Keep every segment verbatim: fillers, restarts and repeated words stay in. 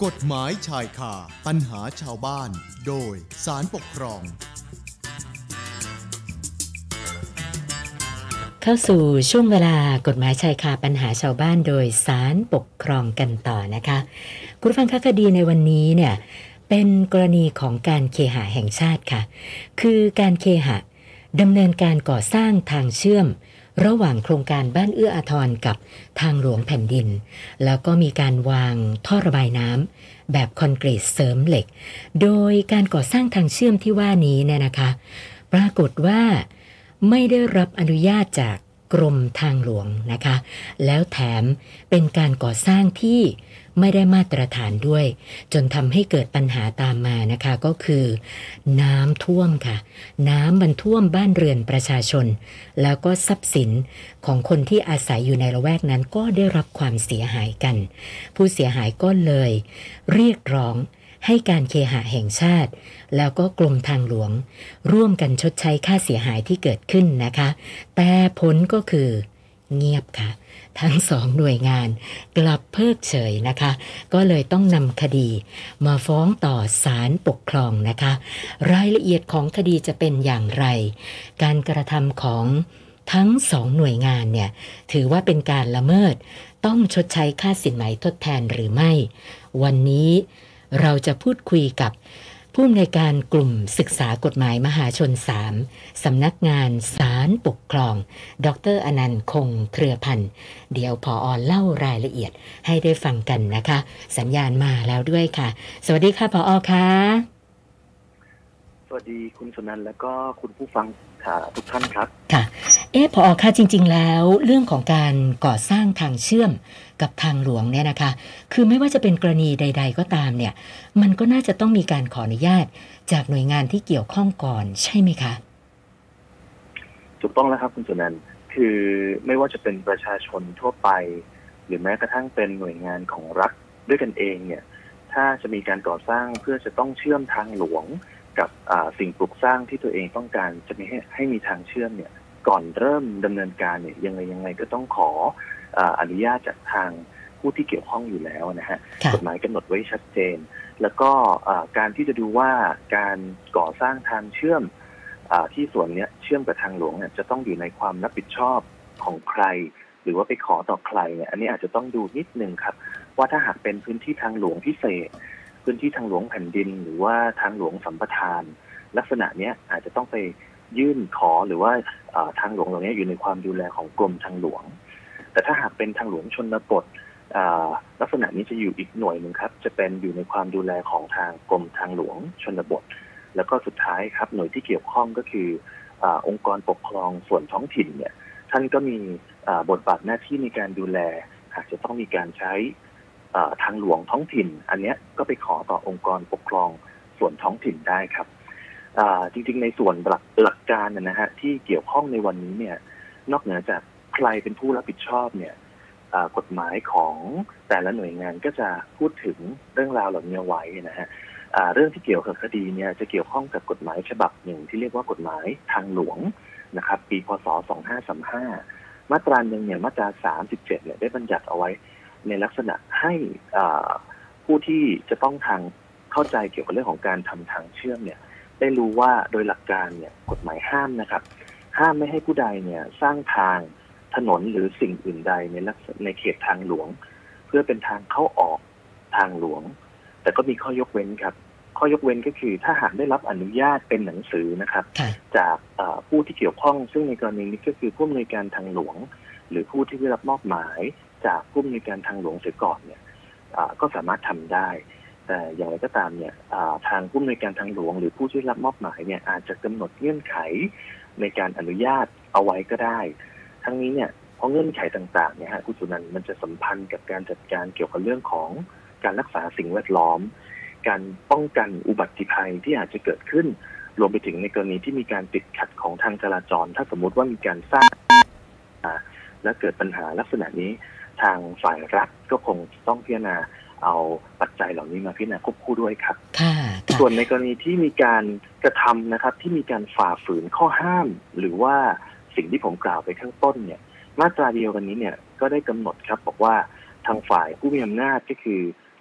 กฎหมายชายคาปัญหาชาวบ้านโดยศาลปกครองเข้าสู่ช่วงเวลากฎหมายชายคาปัญหาชาวบ้านโดยศาลปกครองกันต่อนะคะคุณผู้ฟังคะคดีในวันนี้เนี่ยเป็นกรณีของการเคหะแห่งชาติค่ะคือการเคหะดำเนินการก่อสร้างทางเชื่อมระหว่างโครงการบ้านเอื้ออาทรกับทางหลวงแผ่นดินแล้วก็มีการวางท่อระบายน้ำแบบคอนกรีตเสริมเหล็กโดยการก่อสร้างทางเชื่อมที่ว่านี้เนี่ยนะคะปรากฏว่าไม่ได้รับอนุญาตจากกรมทางหลวงนะคะแล้วแถมเป็นการก่อสร้างที่ไม่ได้มาตรฐานด้วยจนทำให้เกิดปัญหาตามมานะคะก็คือน้ำท่วมค่ะน้ำมันท่วมบ้านเรือนประชาชนแล้วก็ทรัพย์สินของคนที่อาศัยอยู่ในละแวกนั้นก็ได้รับความเสียหายกันผู้เสียหายก็เลยเรียกร้องให้การเคหะแห่งชาติแล้วก็กรมทางหลวงร่วมกันชดใช้ค่าเสียหายที่เกิดขึ้นนะคะแต่ผลก็คือเงียบค่ะทั้งสองหน่วยงานกลับเพิกเฉยนะคะก็เลยต้องนำคดีมาฟ้องต่อศาลปกครองนะคะรายละเอียดของคดีจะเป็นอย่างไรการกระทำของทั้งสองหน่วยงานเนี่ยถือว่าเป็นการละเมิดต้องชดใช้ค่าสินไหมทดแทนหรือไม่วันนี้เราจะพูดคุยกับผู้อำนวยการกลุ่มศึกษากฎหมายมหาชนสามสำนักงานศาลปกครองดร.อนันต์คงเครือพันธ์เดี๋ยวผอ.เล่ารายละเอียดให้ได้ฟังกันนะคะสัญญาณมาแล้วด้วยค่ะสวัสดีค่ะผอ.ค่ะสวัสดีคุณสุนันท์และก็คุณผู้ฟังทุกท่านครับค่ะเอ๊ะผอ.ค่ะจริงๆแล้วเรื่องของการก่อสร้างทางเชื่อมกับทางหลวงเนี่ยนะคะคือไม่ว่าจะเป็นกรณีใดๆก็ตามเนี่ยมันก็น่าจะต้องมีการขออนุญาตจากหน่วยงานที่เกี่ยวข้องก่อนใช่ไหมคะถูกต้องแล้วครับคุณสุนันท์คือไม่ว่าจะเป็นประชาชนทั่วไปหรือแม้กระทั่งเป็นหน่วยงานของรัฐด้วยกันเองเนี่ยถ้าจะมีการก่อสร้างเพื่อจะต้องเชื่อมทางหลวงกับสิ่งปลูกสร้างที่ตัวเองต้องการจะมีให้ให้มีทางเชื่อมเนี่ยก่อนเริ่มดำเนินการเนี่ยยังไงยังไงก็ต้องขออนุญาตจากทางผู้ที่เกี่ยวข้องอยู่แล้วนะฮะกฎหมายกำหนดไว้ชัดเจนแล้วก็การที่จะดูว่าการก่อสร้างทางเชื่อมที่ส่วนนี้เชื่อมกับทางหลวงเนี่ยจะต้องอยู่ในความรับผิดชอบของใครหรือว่าไปขอต่อใครเนี่ยอันนี้อาจจะต้องดูนิดนึงครับว่าถ้าหากเป็นพื้นที่ทางหลวงพิเศษพื้นที่ทางหลวงแผ่นดินหรือว่าทางหลวงสัมปทานลักษณะนี้อาจจะต้องไปยื่นขอหรือว่าทางหลวงเหล่านี้อยู่ในความดูแลของกรมทางหลวงแต่ถ้าหากเป็นทางหลวงชนบทลักษณะนี้จะอยู่อีกหน่วยหนึ่งครับจะเป็นอยู่ในความดูแลของทางกรมทางหลวงชนบทแล้วก็สุดท้ายครับหน่วยที่เกี่ยวข้องก็คืออ่าองค์กรปกครองส่วนท้องถิ่นเนี่ยท่านก็มีบทบาทหน้าที่ในการดูแลหากจะต้องมีการใช้ทางหลวงท้องถิ่นอันนี้ก็ไปขอต่อองค์กรปกครองส่วนท้องถิ่นได้ครับจริงๆในส่วนหลักหลักการนะฮะที่เกี่ยวข้องในวันนี้เนี่ยนอกเหนือจากใครเป็นผู้รับผิดชอบเนี่ยกฎหมายของแต่ละหน่วยงานก็จะพูดถึงเรื่องราวเหล่านี้ไว้นะฮะเรื่องที่เกี่ยวกับคดีเนี่ยจะเกี่ยวข้องกับกฎหมายฉบับหนึ่งที่เรียกว่ากฎหมายทางหลวงนะครับปีพ.ศ. สองพันห้าร้อยสามสิบห้ามาตราหนึ่งเนี่ยมาตราสามสิบเจ็ดเนี่ยได้บัญญัติเอาไว้ในลักษณะให้ผู้ที่จะต้องทางเข้าใจเกี่ยวกับเรื่องของการทำทางเชื่อมเนี่ยได้รู้ว่าโดยหลักการเนี่ยกฎหมายห้ามนะครับห้ามไม่ให้ผู้ใดเนี่ยสร้างทางถนนหรือสิ่งอื่นใดในลักษณะในเขตทางหลวงเพื่อเป็นทางเข้าออกทางหลวงแต่ก็มีข้อยกเว้นครับข้อยกเว้นก็คือถ้าหากได้รับอนุญาตเป็นหนังสือนะครับจากผู้ที่เกี่ยวข้องซึ่งในกรณีนี้ก็คือผู้อำนวยการทางหลวงหรือผู้ที่ได้รับมอบหมายจากผู้อำนวยการทางหลวงเสียก่อนเนี่ยก็สามารถทำได้แต่อย่างไรก็ตามเนี่ยทางผู้อำนวยการทางหลวงหรือผู้ที่รับมอบหมายเนี่ยอาจจะกำหนดเงื่อนไขในการอนุญาตเอาไว้ก็ได้ทั้งนี้เนี่ยเพราะเงื่อนไขต่างๆเนี่ยฮะคุณสุนันท์มันจะสัมพันธ์กับการจัดการเกี่ยวกับเรื่องของการรักษาสิ่งแวดล้อมการป้องกันอุบัติภัยที่อาจจะเกิดขึ้นรวมไปถึงในกรณีที่มีการติดขัดของทางจราจรถ้าสมมุติว่ามีการสร้างและเกิดปัญหาลักษณะนี้ทางฝ่ายรัฐก็คงต้องพิจารณาเอาปัจจัยเหล่านี้มาพิจารณาควบคู่ด้วยครับส่วนในกรณีที่มีการกระทำนะครับที่มีการฝ่าฝืนข้อห้ามหรือว่าสิ่งที่ผมกล่าวไปข้างต้นเนี่ยมาตราเดียวกันนี้เนี่ยก็ได้กำหนดครับบอกว่าทางฝ่ายผู้มีอำนาจก็คือ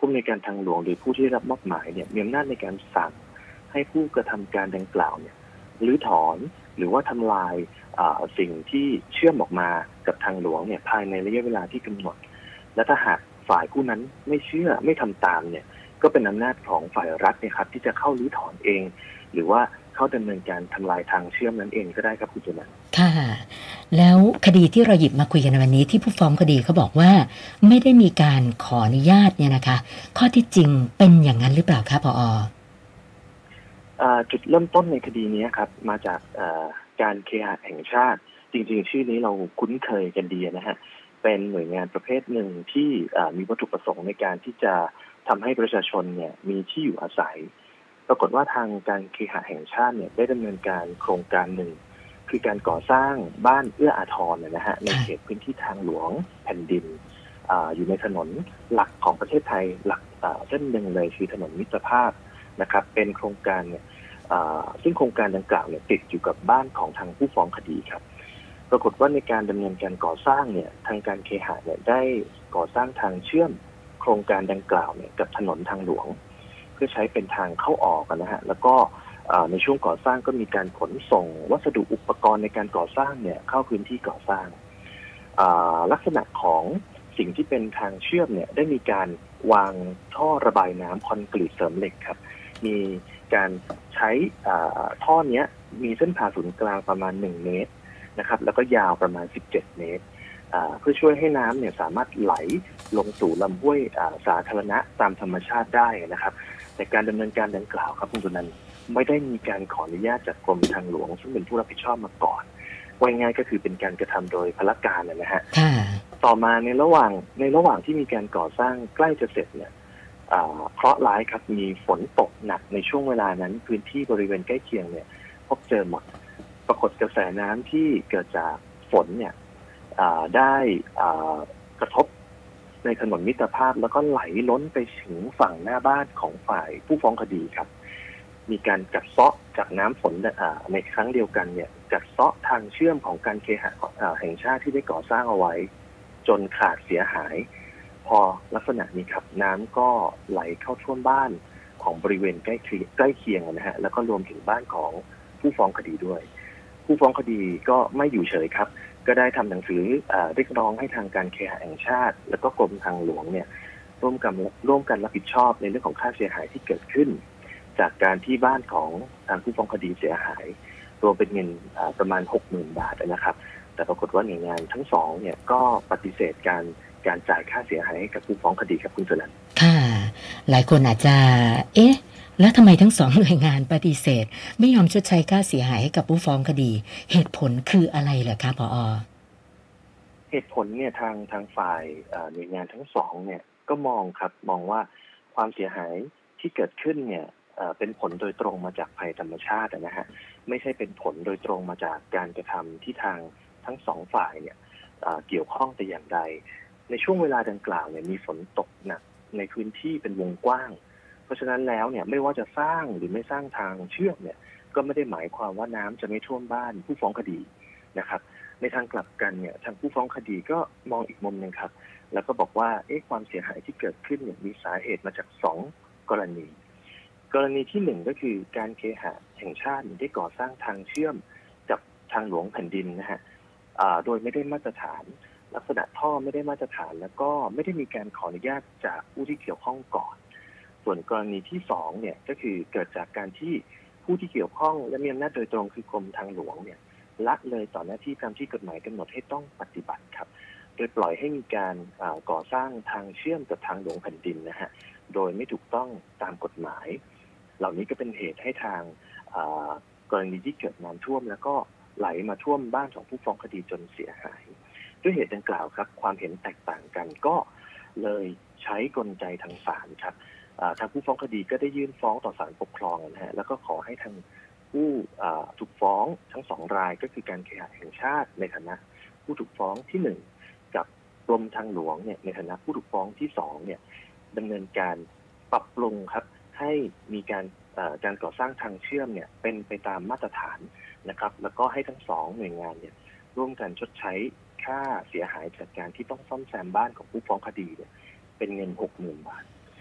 ผู้อำนวยการทางหลวงหรือผู้ที่รับมอบหมายเนี่ยมีอำนาจในการสั่งให้ผู้กระทำการดังกล่าวเนี่ยรื้อถอนหรือว่าทำลายสิ่งที่เชื่อมออกมากับทางหลวงเนี่ยภายในระยะเวลาที่กำหนดและถ้าหากฝ่ายผู้นั้นไม่เชื่อไม่ทำตามเนี่ยก็เป็นอำนาจของฝ่ายรัฐเนี่ยครับที่จะเข้ารื้อถอนเอง หรือว่าเข้าดำเนินการทำลายทางเชื่อมนั้นเองก็ได้ครับคุณจุนันท์ค่ะแล้วคดีที่เราหยิบมาคุยกันในวันนี้ที่ผู้ฟ้องคดีเขาบอกว่าไม่ได้มีการขออนุญาตเนี่ยนะคะข้อที่จริงเป็นอย่างนั้นหรือเปล่าคะผอ. จุดเริ่มต้นในคดีนี้ครับมาจากการเคหะแห่งชาติจริงๆชื่อนี้เราคุ้นเคยกันดีนะฮะเป็นหน่วยงานประเภทหนึ่งที่มีวัตถุประสงค์ในการที่จะทำให้ประชาชนเนี่ยมีที่อยู่อาศัยปรากฏว่าทางการเคหะแห่งชาติเนี่ยได้ดำเนินการโครงการหนึ่งคือการก่อสร้างบ้านเอื้ออาทรนะฮะในเขตพื้นที่ทางหลวงแผ่นดิน อ, อยู่ในถนนหลักของประเทศไทยหลักเส้นหนึ่งเลยคือถนนมิตรภาพนะครับเป็นโครงการเนี่ยซึ่งโครงการดังกล่าวเนี่ยติดอยู่กับบ้านของทางผู้ฟ้องคดีครับปรากฏว่าในการดำเนินการก่อสร้างเนี่ยทางการเคหะเนี่ยได้ก่อสร้างทางเชื่อมโครงการดังกล่าวเนี่ยกับถนนทางหลวงเพื่อใช้เป็นทางเข้าออกนะฮะแล้วก็ในช่วงก่อสร้างก็มีการขนส่งวัสดุอุปกรณ์ในการก่อสร้างเนี่ยเข้าพื้นที่ก่อสร้างลักษณะของสิ่งที่เป็นทางเชื่อมเนี่ยได้มีการวางท่อระบายน้ำคอนกรีตเสริมเหล็กครับมีการใช้ท่อนี้มีเส้นผ่าศูนย์กลางประมาณหนึ่งเมตรนะครับแล้วก็ยาวประมาณสิบเจ็ดเมตรเพื่อช่วยให้น้ำเนี่ยสามารถไหลลงสู่ลำห้วยสาธารณะตามธรรมชาติได้นะครับแต่การดำเนินการดังกล่าวครับคุณสุนันท์ไม่ได้มีการขออนุญาตจากกรมทางหลวงซึ่งเป็นผู้รับผิดชอบมาก่อนว่าง่ายก็คือเป็นการกระทำโดยพลการนะฮะต่อมาในระหว่างในระหว่างที่มีการก่อสร้างใกล้จะเสร็จเนี่ยเคราะห์ร้ายครับมีฝนตกหนักในช่วงเวลานั้นพื้นที่บริเวณใกล้เคียงเนี่ยพบเจอหมดปรากฏกระแสน้ำที่เกิดจากฝนเนี่ยได้กระทบในถนนมิตรภาพแล้วก็ไหลล้นไปถึงฝั่งหน้าบ้านของฝ่ายผู้ฟ้องคดีครับมีการกัดเซาะจากน้ำฝนในครั้งเดียวกันเนี่ยกัดเซาะทางเชื่อมของการเคหะแห่งชาติที่ได้ก่อสร้างเอาไว้จนขาดเสียหายพอลักษณะนี้ครับน้ำก็ไหลเข้าท่วมบ้านของบริเวณใกล้เคียงใกล้เคียงนะฮะแล้วก็รวมถึงบ้านของผู้ฟ้องคดีด้วยผู้ฟ้องคดีก็ไม่อยู่เฉยครับก็ได้ทำหนังสือเรียกร้องให้ทางการเคหะแห่งชาติแล้วก็กรมทางหลวงเนี่ยร่วมกันร่วมกันรับผิดชอบในเรื่องของค่าเสียหายที่เกิดขึ้นจากการที่บ้านของทางผู้ฟ้องคดีเสียหายรวมเป็นเงินประมาณ หกหมื่น บาทนะครับแต่ปรากฏว่าหน่วยงานทั้งสองเนี่ยก็ปฏิเสธการการจ่ายค่าเสียหายให้กับผู้ฟ้องคดีครับคุณสุนันท์ค่ะหลายคนอาจจะเอ๊ะแล้วทำไมทั้งสองหน่วยงานปฏิเสธไม่ยอมชดใช้ค่าเสียหายให้กับผู้ฟ้องคดีเหตุผลคืออะไรเหรอคะผอ. เหตุผลเนี่ยทางทางฝ่ายหน่วยงานทั้งสองเนี่ยก็มองครับมองว่าความเสียหายที่เกิดขึ้นเนี่ยเป็นผลโดยตรงมาจากภัยธรรมชาตินะฮะไม่ใช่เป็นผลโดยตรงมาจากการกระทำที่ทางทั้งสองฝ่ายเนี่ยเกี่ยวข้องแต่อย่างใดในช่วงเวลาดังกล่าวเนี่ยมีฝนตกหนักในพื้นที่เป็นวงกว้างเพราะฉะนั้นแล้วเนี่ยไม่ว่าจะสร้างหรือไม่สร้างทางเชื่อมเนี่ยก็ไม่ได้หมายความว่าน้ำจะไม่ท่วมบ้านผู้ฟ้องคดีนะครับในทางกลับกันเนี่ยทางผู้ฟ้องคดีก็มองอีกมุมนึงครับแล้วก็บอกว่าเอ๊ะความเสียหายที่เกิดขึ้นเนี่ยมีสาเหตุมาจากสองกรณีกรณีที่หนึ่งก็คือการเคหะแห่งชาติได้ก่อสร้างทางเชื่อมกับทางหลวงแผ่นดินนะฮะโดยไม่ได้มาตรฐานลักษณะท่อไม่ได้มาตรฐานแล้วก็ไม่ได้มีการขออนุญาตจากผู้ที่เกี่ยวข้องก่อนส่วนกรณีที่สองเนี่ยก็คือเกิดจากการที่ผู้ที่เกี่ยวข้องและมีอำนาจโดยตรงคือกรมทางหลวงเนี่ยละเลยต่อหน้าที่ตามที่กฎหมายกำหนดให้ต้องปฏิบัติครับโดยปล่อยให้มีการก่อสร้างทางเชื่อมกับทางหลวงแผ่นดินนะฮะโดยไม่ถูกต้องตามกฎหมายเหล่านี้ก็เป็นเหตุให้ทางกรณีที่เกิดน้ำท่วมแล้วก็ไหลมาท่วมบ้านของผู้ฟ้องคดีจนเสียหายด้วยเหตุดังกล่าวครับความเห็นแตกต่างกันก็เลยใช้กลไกทางศาลครับทางผู้ฟ้องคดีก็ได้ยื่นฟ้องต่อศาลปกครองนะฮะแล้วก็ขอให้ทางผู้ถูกฟ้องทั้งสองรายก็คือการเคหะแห่งชาติในฐานะผู้ถูกฟ้องที่หนึ่งกับกรมทางหลวงเนี่ยในฐานะผู้ถูกฟ้องที่สองเนี่ยดำเนินการปรับปรุงครับให้มีการการก่อสร้างทางเชื่อมเนี่ยเป็นไปตามมาตรฐานนะครับแล้วก็ให้ทั้งสองหน่วยงานเนี่ยร่วมกันชดใช้ค่าเสียหายจากการที่ต้องซ่อมแซมบ้านของผู้ฟ้องคดีเนี่ยเป็นเงิน หกหมื่น บาท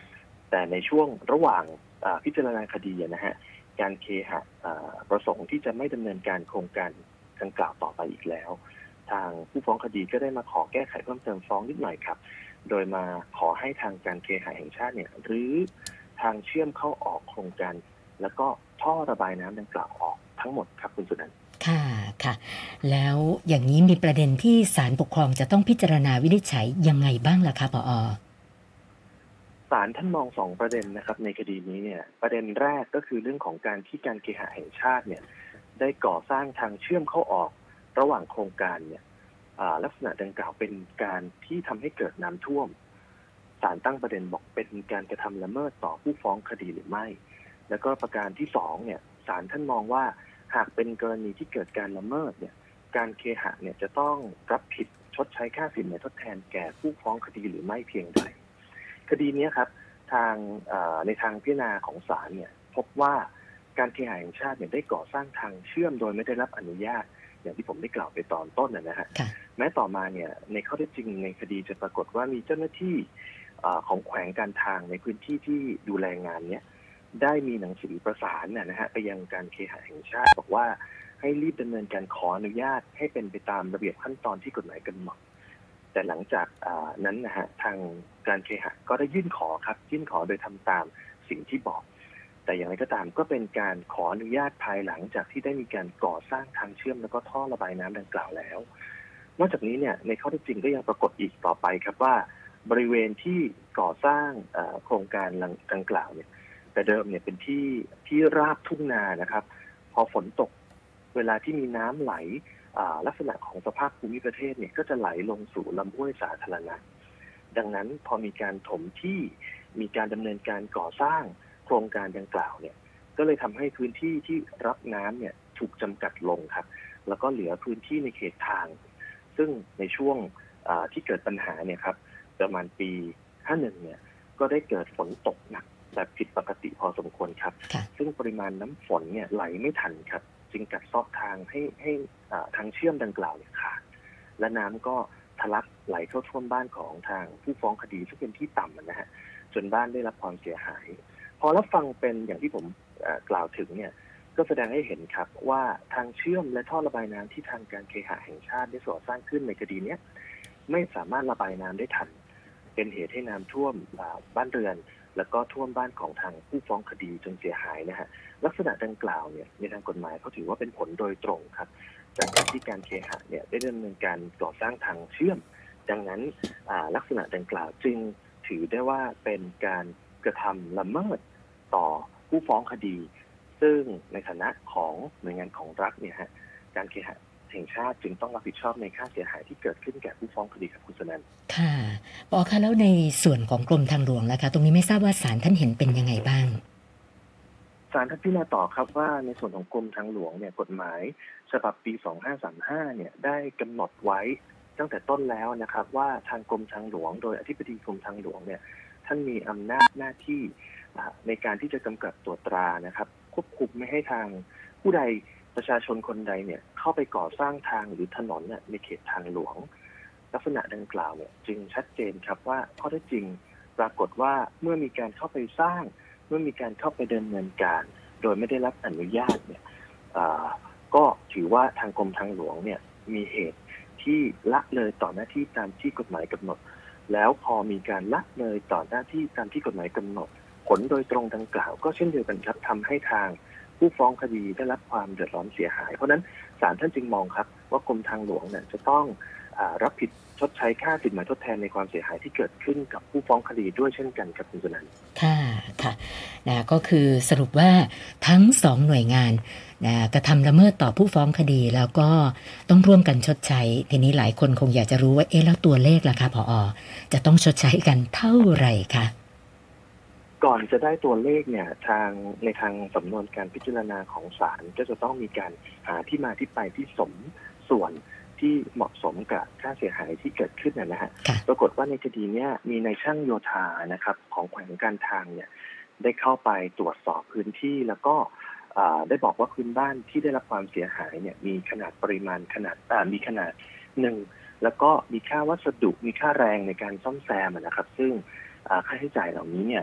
แต่ในช่วงระหว่างพิจารณาคดีนะฮะการเคหะประสงค์ที่จะไม่ดำเนินการโครงการดังกล่าวต่อไปอีกแล้วทางผู้ฟ้องคดีก็ได้มาขอแก้ไขเพิ่มเติมฟ้องนิดหน่อยครับโดยมาขอให้ทางการเคหะแห่งชาติเนี่ยหรือทางเชื่อมเข้าออกโครงการแล้วก็ท่อระบายน้ำดังกล่าวออกทั้งหมดครับคุณสุนันท์ค่ะค่ะแล้วอย่างนี้มีประเด็นที่ศาลปกครองจะต้องพิจารณาวินิจฉัยยังไงบ้างล่ะคะผอ. ศาลท่านมองสองประเด็นนะครับในคดีนี้เนี่ยประเด็นแรกก็คือเรื่องของการที่การเคหะแห่งชาติเนี่ยได้ก่อสร้างทางเชื่อมเข้าออกระหว่างโครงการเนี่ยลักษณะดังกล่าวเป็นการที่ทำให้เกิดน้ำท่วมศาลตั้งประเด็นบอกเป็นการกระทำละเมิดต่อผู้ฟ้องคดีหรือไม่แล้วก็ประการที่สองเนี่ยศาลท่านมองว่าหากเป็นกรณีที่เกิดการละเมิดเนี่ยการเคหะเนี่ยจะต้องรับผิดชดใช้ค่าสินไหมทดแทนแก่ผู้ฟ้องคดีหรือไม่เพียงใดคดีนี้ครับทางในทางพิจารณาของศาลเนี่ยพบว่าการเคหะแห่งชาติเนี่ยได้ก่อสร้างทางเชื่อมโดยไม่ได้รับอนุญาตอย่างที่ผมได้กล่าวไปตอนต้นนะฮะแม้ต่อมาเนี่ยในข้อเท็จจริงในคดีจะปรากฏว่ามีเจ้าหน้าที่ของแขวงการทางในพื้นที่ที่ดูแลงานเนี้ยได้มีหนังสือประสานนะฮะไปยังการเคหะแห่งชาติบอกว่าให้รีบดำเนินการขออนุญาตให้เป็นไปตามระเบียบขั้นตอนที่กฎหมายกำหนดแต่หลังจากนั้นนะฮะทางการเคหะก็ได้ยื่นขอครับยื่นขอโดยทำตามสิ่งที่บอกแต่อย่างไรก็ตามก็เป็นการขออนุญาตภายหลังจากที่ได้มีการก่อสร้างทางเชื่อมแล้วก็ท่อระบายน้ำดังกล่าวแล้วนอกจากนี้เนี่ยในข้อเท็จจริงก็ยังปรากฏอีกต่อไปครับว่าบริเวณที่ก่อสร้างโครงการดังกล่าวเนี่ยแต่เดิมเนี่ยเป็นที่ที่ราบทุ่งนานะครับพอฝนตกเวลาที่มีน้ำไหลลักษณะของสภาพภูมิประเทศเนี่ยก็จะไหลลงสู่ลำห้วยสาธารณะดังนั้นพอมีการถมที่มีการดำเนินการก่อสร้างโครงการดังกล่าวเนี่ยก็เลยทำให้พื้นที่ที่รับน้ำเนี่ยถูกจำกัดลงครับแล้วก็เหลือพื้นที่ในเขตทางซึ่งในช่วงที่เกิดปัญหาเนี่ยครับประมาณปีห้าสิบเอ็ดเนี่ยก็ได้เกิดฝนตกหนักแบบผิดปกติพอสมควรครับซึ่งปริมาณน้ำฝนเนี่ยไหลไม่ทันครับจึงกัดเซาะทางให้ให้ทางเชื่อมดังกล่าวเนี่ยขาดและน้ำก็ทะลักไหลเข้าท่วมบ้านของทางผู้ฟ้องคดีซึ่งเป็นที่ต่ำนะฮะจนบ้านได้รับความเสียหายพอรับฟังเป็นอย่างที่ผมกล่าวถึงเนี่ยก็แสดงให้เห็นครับว่าทางเชื่อมและท่อระบายน้ำที่ทางการเคหะแห่งชาติได้ก่อสร้างขึ้นในคดีนี้ไม่สามารถระบายน้ำได้ทันเป็นเหตุให้น้ำท่วมบ้านเรือนแล้วก็ท่วมบ้านของทางผู้ฟ้องคดีจนเสียหายนะฮะลักษณะดังกล่าวเนี่ยในทางกฎหมายเขาถือว่าเป็นผลโดยตรงครับจากการที่การเคหะเนี่ยได้ดำเนินการก่อสร้างทางเชื่อมดังนั้นลักษณะดังกล่าวจึงถือได้ว่าเป็นการกระทำละเมิดต่อผู้ฟ้องคดีซึ่งในฐานะของหน่วยงานของรัฐเนี่ยฮะการเคหะแห่งชาติจึงต้องรับผิดชอบในค่าเสียหายที่เกิดขึ้นแก่ผู้ฟ้องคดีครับคุณสนันท์ค่ะปอคะแล้วในส่วนของกรมทางหลวงล่ะคะตรงนี้ไม่ทราบว่าศาลท่านเห็นเป็นยังไงบ้างศาลท่านพิจารณาต่อครับว่าในส่วนของกรมทางหลวงเนี่ยกฎหมายฉบับปีสองพันห้าร้อยสามสิบห้าเนี่ยได้กำหนดไว้ตั้งแต่ต้นแล้วนะครับว่าทางกรมทางหลวงโดยอธิบดีกรมทางหลวงเนี่ยท่านมีอำนาจหน้าที่ในการที่จะกำกับตรวจตรานะครับควบคุมไม่ให้ทางผู้ใดประชาชนคนใดเนี่ยเข้าไปก่อสร้างทางหรือถนนเนี่ยในเขตทางหลวงลักษณะดังกล่าวเนี่ยจึงชัดเจนครับว่าข้อเท็จจริงปรากฏว่าเมื่อมีการเข้าไปสร้างเมื่อมีการเข้าไปดำเนินการโดยไม่ได้รับอนุญาตเนี่ยก็ถือว่าทางกรมทางหลวงเนี่ยมีเหตุที่ละเลยต่อหน้าที่ตามที่กฎหมายกำหนดแล้วพอมีการละเลยต่อหน้าที่ตามที่กฎหมายกำหนดผลโดยตรงดังกล่าวก็เช่นเดียวกันครับทำให้ทางผู้ฟ้องคดีได้รับความเดือดร้อนเสียหายเพราะนั้นศาลท่านจึงมองครับว่ากรมทางหลวงเนี่ยจะต้องรับผิดชดใช้ค่าสินไหมทดแทนในความเสียหายที่เกิดขึ้นกับผู้ฟ้องคดีด้วยเช่นกันครับคุณสุนันท์ค่ะค่ะนะก็คือสรุปว่าทั้งสองหน่วยงานนะกระทำละเมิดต่อผู้ฟ้องคดีแล้วก็ต้องร่วมกันชดใช้ทีนี้หลายคนคงอยากจะรู้ว่าเอ๊ะแล้วตัวเลขล่ะคะผอ.จะต้องชดใช้กันเท่าไหร่คะก่อนจะได้ตัวเลขเนี่ยทางในทางสำนวนการพิจารณาของศาลก็จะต้องมีการหาที่มาที่ไปที่สมส่วนที่เหมาะสมกับค่าเสียหายที่เกิดขึ้นนะฮะปรากฏว่าในคดีนี้มีนายช่างโยธานะครับของแขวงการทางเนี่ยได้เข้าไปตรวจสอบพื้นที่แล้วก็ได้บอกว่าพื้นบ้านที่ได้รับความเสียหายเนี่ยมีขนาดปริมาณขนาดมีขนาดหนึ่งแล้วก็มีค่าวัสดุมีค่าแรงในการซ่อมแซมนะครับซึ่งค่าใช้จ่ายเหล่านี้เนี่ย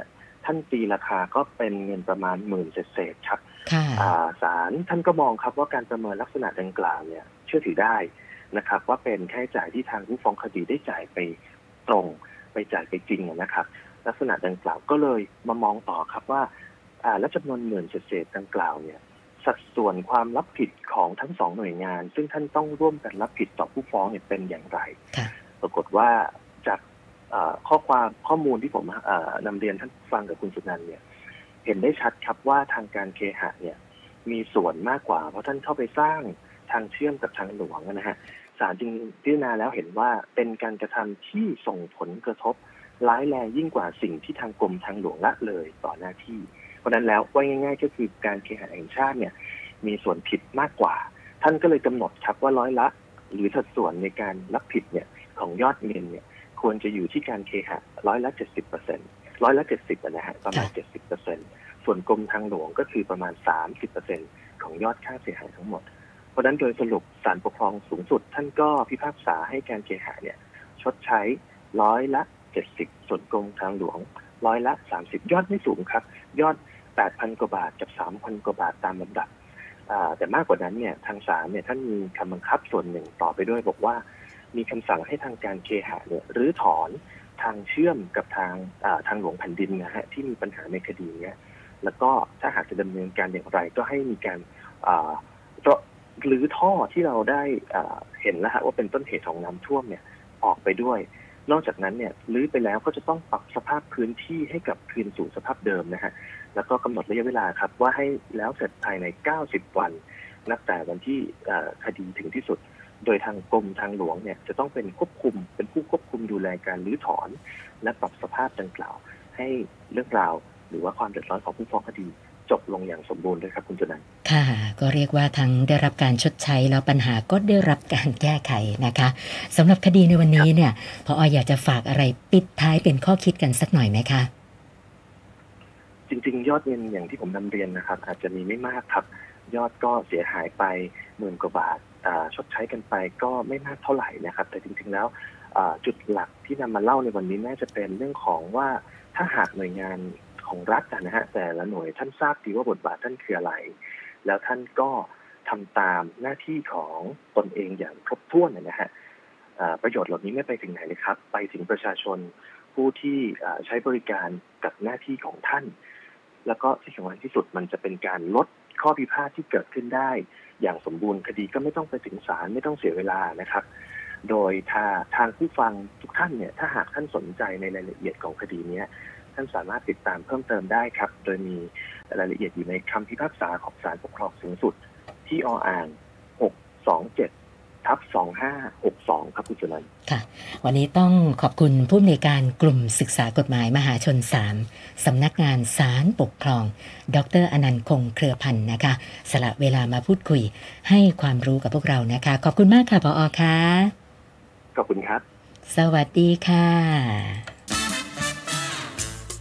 ท่านตีราคาก็เป็นเงินประมาณหมื่นเศษๆครับค่ะอ่าศาลท่านก็มองครับว่าการประเมินลักษณะดังกล่าวเนี่ยเชื่อถือได้นะครับว่าเป็นค่าใช้จ่ายที่ทางผู้ฟ้องคดีได้จ่ายไปตรงไปจ่ายไปจริงนะครับลักษณะดังกล่าวก็เลยมามองต่อครับว่าอ่าและจำนวนหมื่นเศษๆดังกล่าวเนี่ยสัดส่วนความรับผิดของทั้งสองหน่วยงานซึ่งท่านต้องร่วมกันรับผิดต่อผู้ฟ้องเนี่ยเป็นอย่างไรค่ะปรากฏว่าจากข้อความข้อมูลที่ผมนำเรียนท่านฟังกับคุณสุนันท์เนี่ยเห็นได้ชัดครับว่าทางการเคหะเนี่ยมีส่วนมากกว่าเพราะท่านเข้าไปสร้างทางเชื่อมกับทางหลวงนะฮะศาลจึงพิจารณาแล้วเห็นว่าเป็นการกระทำที่ส่งผลกระทบร้ายแรงยิ่งกว่าสิ่งที่ทางกรมทางหลวงละเลยต่อหน้าที่เพราะนั้นแล้วว่าง่ายๆก็คือการเคหะแห่งชาติเนี่ยมีส่วนผิดมากกว่าท่านก็เลยกำหนดครับว่าร้อยละหรือสัดส่วนในการรับผิดเนี่ยของยอดเงินเนี่ยควรจะอยู่ที่การเคหะร้อยละเจ็ดสิบเปอร์เซ็นต์ร้อยละเจ็ดสิบนะฮะประมาณเจ็ดสิบเปอร์เซ็นต์ส่วนกรมทางหลวงก็คือประมาณสามสิบเปอร์เซ็นต์ของยอดค่าเสียหายทั้งหมดเพราะฉะนั้นโดยสรุปศาลปกครองสูงสุดท่านก็พิพากษาให้การเคหะเนี่ยชดใช้ร้อยละเจ็ดสิบส่วนกรมทางหลวงร้อยละสามสิบยอดไม่สูงครับยอด แปดพัน กว่าบาทกับ สามพัน กว่าบาทตามลำดับแต่มากกว่านั้นเนี่ยทางศาลเนี่ยท่านมีคำบังคับส่วนหนึ่งต่อไปด้วยบอกว่ามีคำสั่งให้ทางการเคหะเนี่ยรื้อถอนทางเชื่อมกับทางทางหลวงแผ่นดินนะฮะที่มีปัญหาในคดีเนี้ยแล้วก็ถ้าหากจะดำเนินการอย่างไรก็ให้มีการรื้อท่อที่เราได้เห็นแล้วฮะว่าเป็นต้นเหตุของน้ำท่วมเนี่ยออกไปด้วยนอกจากนั้นเนี่ยรื้อไปแล้วก็จะต้องปรับสภาพพื้นที่ให้กับคืนสู่สภาพเดิมนะฮะแล้วก็กำหนดระยะเวลาครับว่าให้แล้วเสร็จภายในเก้าสิบวันนับแต่วันที่คดีถึงที่สุดโดยทางกรมทางหลวงเนี่ยจะต้องเป็นควบคุมเป็นผู้ควบคุมดูแลการรื้อถอนและปรับสภาพดังกล่าวให้เรื่องราวหรือว่าความเดือดร้อนของผู้ฟ้องคดีจบลงอย่างสมบูรณ์ด้วยครับคุณจุนันท์ค่ะก็เรียกว่าทั้งได้รับการชดใช้แล้วปัญหาก็ได้รับการแก้ไขนะคะสำหรับคดีในวันนี้เนี่ยพออยากจะฝากอะไรปิดท้ายเป็นข้อคิดกันสักหน่อยไหมคะจริงๆยอดเงินอย่างที่ผมนำเรียนนะครับอาจจะมีไม่มากครับยอดก็เสียหายไปหมื่นกว่าบาทชดใช้กันไปก็ไม่มากเท่าไหร่นะครับแต่จริงๆแล้วจุดหลักที่นำมาเล่าในวันนี้น่าจะเป็นเรื่องของว่าถ้าหากหน่วยงานของรัฐนะฮะแต่ละหน่วยท่านทราบดีว่าบทบาทท่านคืออะไรแล้วท่านก็ทำตามหน้าที่ของตนเองอย่างครบถ้วนนะฮะประโยชน์เหล่านี้ไม่ไปถึงไหนเลยครับไปถึงประชาชนผู้ที่ใช้บริการกับหน้าที่ของท่านแล้วก็ที่สำคัญที่สุดมันจะเป็นการลดข้อพิพาทที่เกิดขึ้นได้อย่างสมบูรณ์คดีก็ไม่ต้องไปถึงศาลไม่ต้องเสียเวลานะครับโดยทาทางผู้ฟังทุกท่านเนี่ยถ้าหากท่านสนใจในรายละเอียดของคดีนี้ท่านสามารถติดตามเพิ่มเติมได้ครับโดยมีรายละเอียดอยู่ในคำพิพากษาของศาลปกครองสูงสุดที่ออ่างหกสองเจ็ดทับสองห้าหกสองครับคุณจุนันท์ค่ะวันนี้ต้องขอบคุณผู้อำนวยการกลุ่มศึกษากฎหมายมหาชนสามสำนักงานศาลปกครองดร.อนันต์คงเครือพันธ์นะคะสละเวลามาพูดคุยให้ความรู้กับพวกเรานะคะขอบคุณมากค่ะผอ.ค่ะขอบคุณครับสวัสดีค่ะ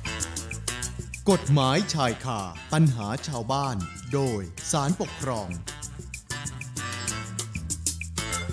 กฎหมายชายคาปัญหาชาวบ้านโดยศาลปกครอง